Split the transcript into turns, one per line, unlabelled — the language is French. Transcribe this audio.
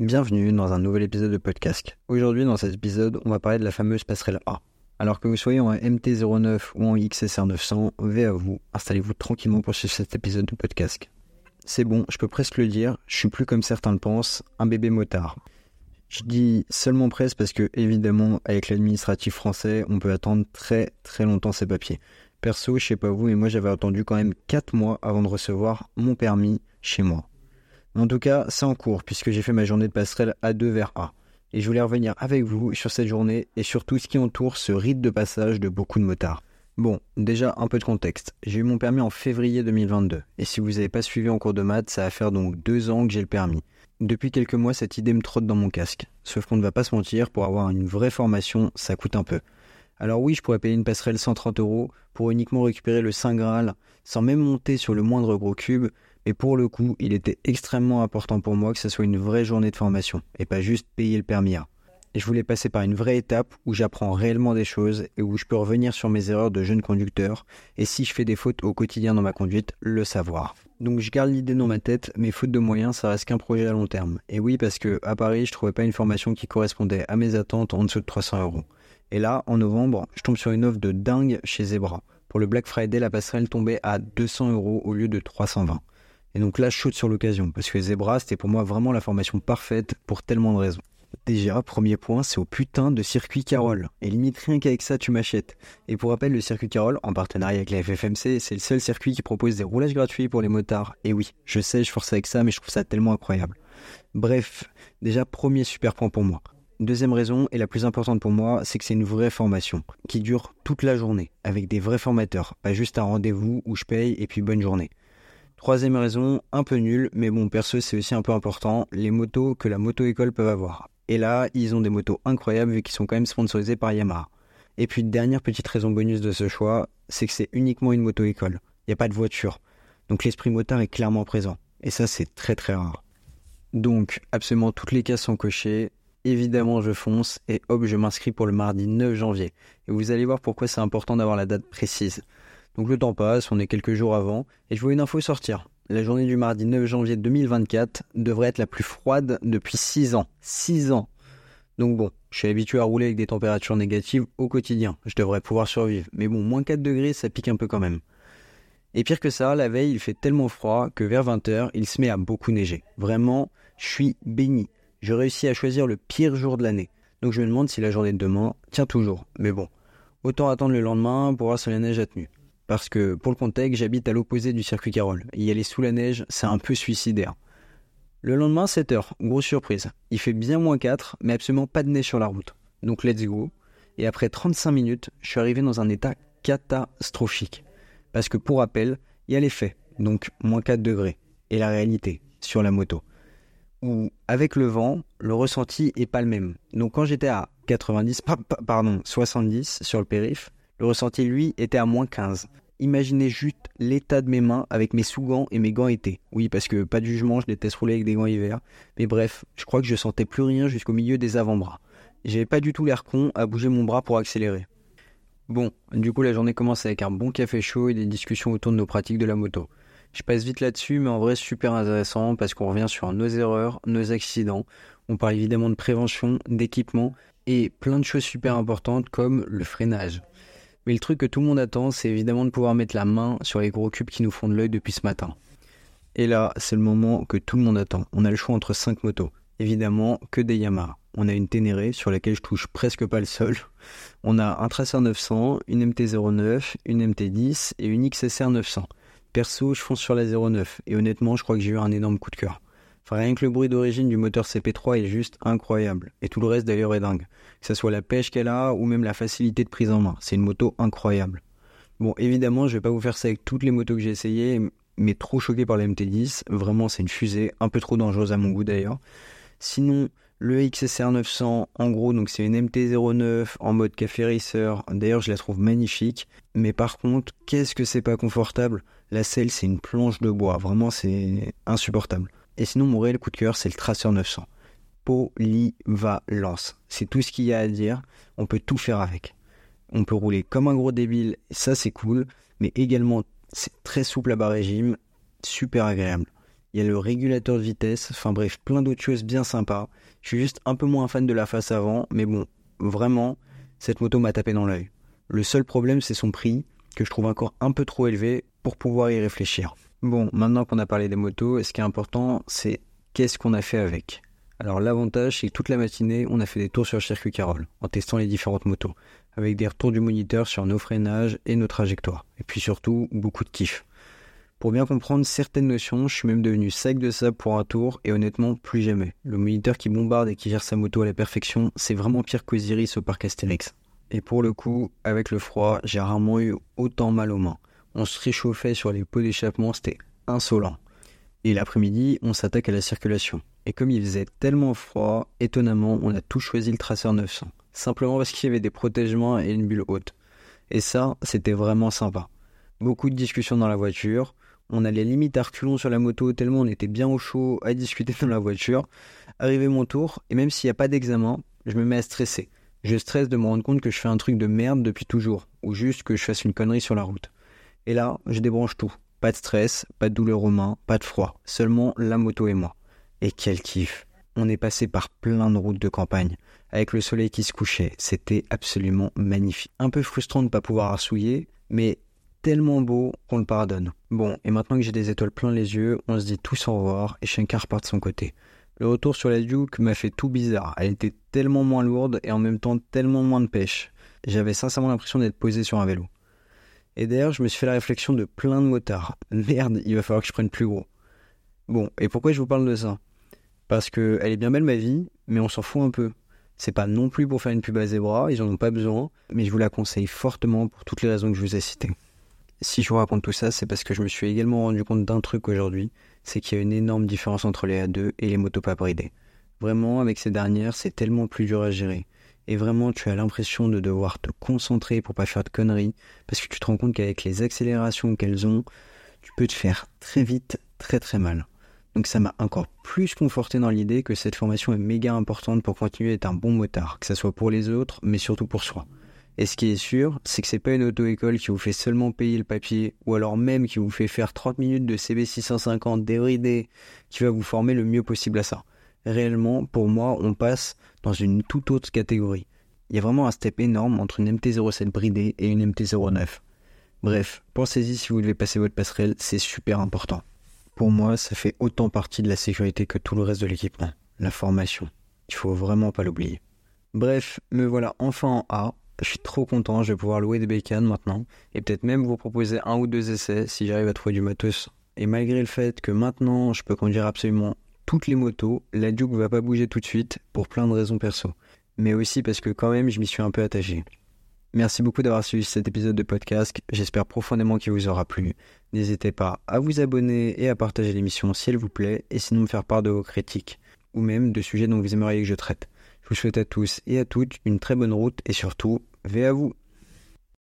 Bienvenue dans un nouvel épisode de podcast. Aujourd'hui, dans cet épisode, on va parler de la fameuse passerelle A. Alors que vous soyez en MT-09 ou en XSR 900, V à vous, installez-vous tranquillement pour suivre cet épisode de podcast. C'est bon, je peux presque le dire, je suis plus comme certains le pensent, un bébé motard. Je dis seulement presque parce que, évidemment, avec l'administratif français, on peut attendre très très longtemps ces papiers. Perso, je sais pas vous, mais moi j'avais attendu quand même 4 mois avant de recevoir mon permis chez moi. En tout cas, c'est en cours puisque j'ai fait ma journée de passerelle A2 vers A. Et je voulais revenir avec vous sur cette journée et sur tout ce qui entoure ce rite de passage de beaucoup de motards. Bon, déjà un peu de contexte. J'ai eu mon permis en février 2022. Et si vous n'avez pas suivi en cours de maths, ça va faire donc 2 ans que j'ai le permis. Depuis quelques mois, cette idée me trotte dans mon casque. Sauf qu'on ne va pas se mentir, pour avoir une vraie formation, ça coûte un peu. Alors oui, je pourrais payer une passerelle 130 € pour uniquement récupérer le Saint Graal, sans même monter sur le moindre gros cube, mais pour le coup, il était extrêmement important pour moi que ce soit une vraie journée de formation, et pas juste payer le permis A. Et je voulais passer par une vraie étape où j'apprends réellement des choses et où je peux revenir sur mes erreurs de jeune conducteur, et si je fais des fautes au quotidien dans ma conduite, le savoir. Donc je garde l'idée dans ma tête, mais faute de moyens, ça reste qu'un projet à long terme. Et oui, parce que à Paris, je trouvais pas une formation qui correspondait à mes attentes en dessous de 300 €. Et là, en novembre, je tombe sur une offre de dingue chez Zebra. Pour le Black Friday, la passerelle tombait à 200 € au lieu de 320. Et donc là, je saute sur l'occasion, parce que Zebra, c'était pour moi vraiment la formation parfaite pour tellement de raisons. Déjà, premier point, c'est au putain de circuit Carole. Et limite, rien qu'avec ça, tu m'achètes. Et pour rappel, le circuit Carole, en partenariat avec la FFMC, c'est le seul circuit qui propose des roulages gratuits pour les motards. Et oui, je sais, je force avec ça, mais je trouve ça tellement incroyable. Bref, déjà, premier super point pour moi. Deuxième raison, et la plus importante pour moi, c'est que c'est une vraie formation, qui dure toute la journée, avec des vrais formateurs, pas juste un rendez-vous où je paye et puis bonne journée. Troisième raison, un peu nulle, mais bon, perso, c'est aussi un peu important, les motos que la moto-école peuvent avoir. Et là, ils ont des motos incroyables vu qu'ils sont quand même sponsorisés par Yamaha. Et puis, dernière petite raison bonus de ce choix, c'est que c'est uniquement une moto-école. Il n'y a pas de voiture. Donc l'esprit motard est clairement présent. Et ça, c'est très très rare. Donc, absolument toutes les cases sont cochées. Évidemment, je fonce et hop, je m'inscris pour le mardi 9 janvier. Et vous allez voir pourquoi c'est important d'avoir la date précise. Donc le temps passe, on est quelques jours avant, et je vois une info sortir. La journée du mardi 9 janvier 2024 devrait être la plus froide depuis 6 ans. 6 ans. Donc bon, je suis habitué à rouler avec des températures négatives au quotidien. Je devrais pouvoir survivre. Mais bon, moins 4 degrés, ça pique un peu quand même. Et pire que ça, la veille, il fait tellement froid que vers 20h, il se met à beaucoup neiger. Vraiment, je suis béni. Je réussis à choisir le pire jour de l'année. Donc je me demande si la journée de demain tient toujours. Mais bon, autant attendre le lendemain pour voir si la neige a tenu. Parce que, pour le contexte, j'habite à l'opposé du circuit Carole. Y aller sous la neige, c'est un peu suicidaire. Le lendemain, 7h, grosse surprise. Il fait bien moins 4, mais absolument pas de neige sur la route. Donc let's go. Et après 35 minutes, je suis arrivé dans un état catastrophique. Parce que, pour rappel, il y a les faits, donc moins 4 degrés. Et la réalité, sur la moto. Où, avec le vent, le ressenti est pas le même. Donc quand j'étais à 70 sur le périph', le ressenti, lui, était à moins 15. Imaginez juste l'état de mes mains avec mes sous-gants et mes gants été. Oui, parce que pas de jugement, je déteste rouler avec des gants hiver. Mais bref, je crois que je sentais plus rien jusqu'au milieu des avant-bras. J'avais pas du tout l'air con à bouger mon bras pour accélérer. Bon, du coup la journée commence avec un bon café chaud et des discussions autour de nos pratiques de la moto. Je passe vite là-dessus, mais en vrai super intéressant parce qu'on revient sur nos erreurs, nos accidents. On parle évidemment de prévention, d'équipement et plein de choses super importantes comme le freinage. Mais le truc que tout le monde attend, c'est évidemment de pouvoir mettre la main sur les gros cubes qui nous font de l'œil depuis ce matin. Et là, c'est le moment que tout le monde attend. On a le choix entre 5 motos. Évidemment, que des Yamaha. On a une Ténéré sur laquelle je touche presque pas le sol. On a un Tracer 900, une MT-09, une MT-10 et une XSR 900. Perso, je fonce sur la 09 et honnêtement, je crois que j'ai eu un énorme coup de cœur. Enfin, rien que le bruit d'origine du moteur CP3 est juste incroyable. Et tout le reste d'ailleurs est dingue. Que ce soit la pêche qu'elle a ou même la facilité de prise en main. C'est une moto incroyable. Bon, évidemment, je vais pas vous faire ça avec toutes les motos que j'ai essayées, mais trop choqué par la MT-10. Vraiment, c'est une fusée, un peu trop dangereuse à mon goût d'ailleurs. Sinon, le XSR 900, en gros, donc c'est une MT-09 en mode café racer. D'ailleurs, je la trouve magnifique. Mais par contre, qu'est-ce que c'est pas confortable. La selle, c'est une planche de bois. Vraiment, c'est insupportable. Et sinon, mon réel coup de cœur, c'est le Tracer 900. Polyvalence. C'est tout ce qu'il y a à dire. On peut tout faire avec. On peut rouler comme un gros débile, ça c'est cool. Mais également, c'est très souple à bas régime, super agréable. il y a le régulateur de vitesse, enfin bref, plein d'autres choses bien sympas. Je suis juste un peu moins fan de la face avant, mais bon, vraiment, cette moto m'a tapé dans l'œil. Le seul problème, c'est son prix, que je trouve encore un peu trop élevé pour pouvoir y réfléchir. Bon, maintenant qu'on a parlé des motos, ce qui est important, c'est qu'est-ce qu'on a fait avec. Alors l'avantage, c'est que toute la matinée, on a fait des tours sur le circuit Carole, en testant les différentes motos, avec des retours du moniteur sur nos freinages et nos trajectoires. Et puis surtout, beaucoup de kiff. Pour bien comprendre certaines notions, je suis même devenu sac de sable pour un tour, et honnêtement, plus jamais. Le moniteur qui bombarde et qui gère sa moto à la perfection, c'est vraiment pire qu'Osiris au parc Astérix. Et pour le coup, avec le froid, j'ai rarement eu autant mal aux mains. On se réchauffait sur les pots d'échappement, c'était insolent. Et l'après-midi, on s'attaque à la circulation. Et comme il faisait tellement froid, étonnamment, on a tous choisi le Tracer 900. Simplement parce qu'il y avait des protège-mains et une bulle haute. Et ça, c'était vraiment sympa. Beaucoup de discussions dans la voiture. On allait limite à reculons sur la moto tellement on était bien au chaud à discuter dans la voiture. Arrivé mon tour, et même s'il n'y a pas d'examen, je me mets à stresser. Je stresse de me rendre compte que je fais un truc de merde depuis toujours, ou juste que je fasse une connerie sur la route. Et là, je débranche tout. Pas de stress, pas de douleur aux mains, pas de froid. Seulement la moto et moi. Et quel kiff. On est passé par plein de routes de campagne, avec le soleil qui se couchait. C'était absolument magnifique. Un peu frustrant de ne pas pouvoir assouiller, mais tellement beau qu'on le pardonne. Bon, et maintenant que j'ai des étoiles plein les yeux, on se dit tous au revoir et chacun repart de son côté. Le retour sur la Duke m'a fait tout bizarre. Elle était tellement moins lourde et en même temps tellement moins de pêche. J'avais sincèrement l'impression d'être posé sur un vélo. Et d'ailleurs, je me suis fait la réflexion de plein de motards. Merde, il va falloir que je prenne plus gros. Bon, et pourquoi je vous parle de ça ? Parce que elle est bien belle ma vie, mais on s'en fout un peu. C'est pas non plus pour faire une pub à Zebra, ils en ont pas besoin, mais je vous la conseille fortement pour toutes les raisons que je vous ai citées. Si je vous raconte tout ça, c'est parce que je me suis également rendu compte d'un truc aujourd'hui, c'est qu'il y a une énorme différence entre les A2 et les motos pas bridées. Vraiment, avec ces dernières, c'est tellement plus dur à gérer. Et vraiment, tu as l'impression de devoir te concentrer pour pas faire de conneries, parce que tu te rends compte qu'avec les accélérations qu'elles ont, tu peux te faire très vite très très mal. Donc ça m'a encore plus conforté dans l'idée que cette formation est méga importante pour continuer à être un bon motard, que ça soit pour les autres, mais surtout pour soi. Et ce qui est sûr, c'est que c'est pas une auto-école qui vous fait seulement payer le papier, ou alors même qui vous fait faire 30 minutes de CB650 débridé, qui va vous former le mieux possible à ça. Réellement, pour moi, on passe dans une toute autre catégorie. Il y a vraiment un step énorme entre une MT-07 bridée et une MT-09. Bref, pensez-y si vous devez passer votre passerelle, c'est super important. Pour moi, ça fait autant partie de la sécurité que tout le reste de l'équipement. La formation. Il faut vraiment pas l'oublier. Bref, me voilà enfin en A. Je suis trop content, je vais pouvoir louer des bécanes maintenant. Et peut-être même vous proposer 1 ou 2 essais si j'arrive à trouver du matos. Et malgré le fait que maintenant, je peux conduire absolument toutes les motos, la Duke va pas bouger tout de suite pour plein de raisons perso. Mais aussi parce que quand même, je m'y suis un peu attaché. Merci beaucoup d'avoir suivi cet épisode de podcast, j'espère profondément qu'il vous aura plu. N'hésitez pas à vous abonner et à partager l'émission si elle vous plaît, et sinon me faire part de vos critiques, ou même de sujets dont vous aimeriez que je traite. Je vous souhaite à tous et à toutes une très bonne route, et surtout, veillez à vous.